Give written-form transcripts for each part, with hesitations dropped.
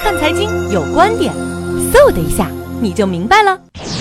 看财经有观点，嗖的一下你就明白了。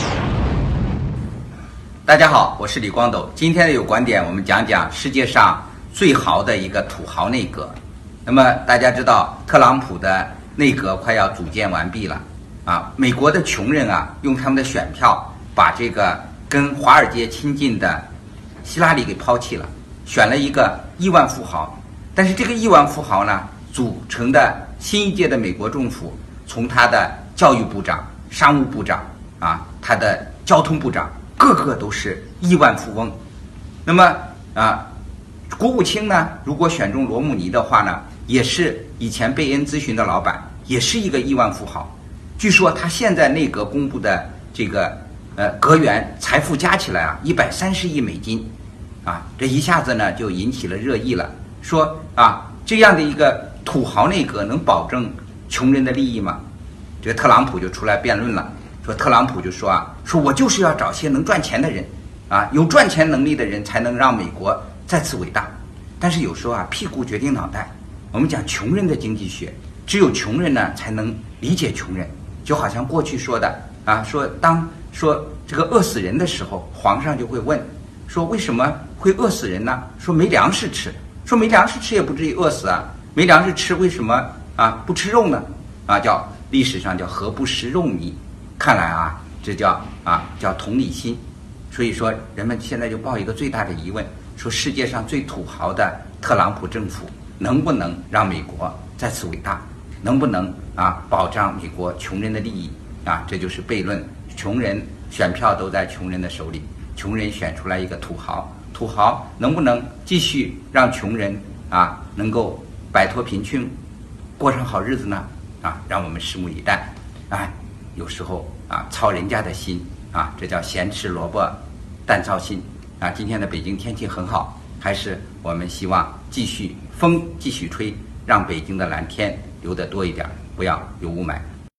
大家好，我是李光斗。今天的有观点，我们讲讲世界上最豪的一个土豪内阁。那么大家知道，特朗普的内阁快要组建完毕了啊。美国的穷人啊，用他们的选票把这个跟华尔街亲近的希拉里给抛弃了，选了一个亿万富豪。但是这个亿万富豪呢，组成的新一届的美国政府，从他的教育部长、商务部长啊，他的交通部长，个个都是亿万富翁。那么国务卿呢，如果选中罗姆尼的话呢，也是以前贝恩咨询的老板，也是一个亿万富豪。据说他现在内阁公布的这个阁员财富加起来啊，130亿美金啊，这一下子呢就引起了热议了。说啊，这样的一个土豪内阁能保证穷人的利益吗？这个特朗普就出来辩论了，特朗普就说我就是要找些能赚钱的人啊，有赚钱能力的人才能让美国再次伟大。但是有时候屁股决定脑袋，我们讲穷人的经济学，只有穷人呢才能理解穷人。就好像过去说的当这个饿死人的时候，皇上就会问说为什么会饿死人呢？说没粮食吃，说没粮食吃也不至于饿死啊，没粮食吃为什么不吃肉呢？叫历史上叫何不食肉糜。看来这叫同理心。所以说人们现在就抱一个最大的疑问，说世界上最土豪的特朗普政府能不能让美国再次伟大，能不能保障美国穷人的利益这就是悖论。穷人选票都在穷人的手里，穷人选出来一个土豪，土豪能不能继续让穷人能够摆脱贫穷，过上好日子呢？让我们拭目以待。有时候操人家的心这叫咸吃萝卜淡操心今天的北京天气很好，还是我们希望风继续吹，让北京的蓝天留得多一点，不要有雾霾。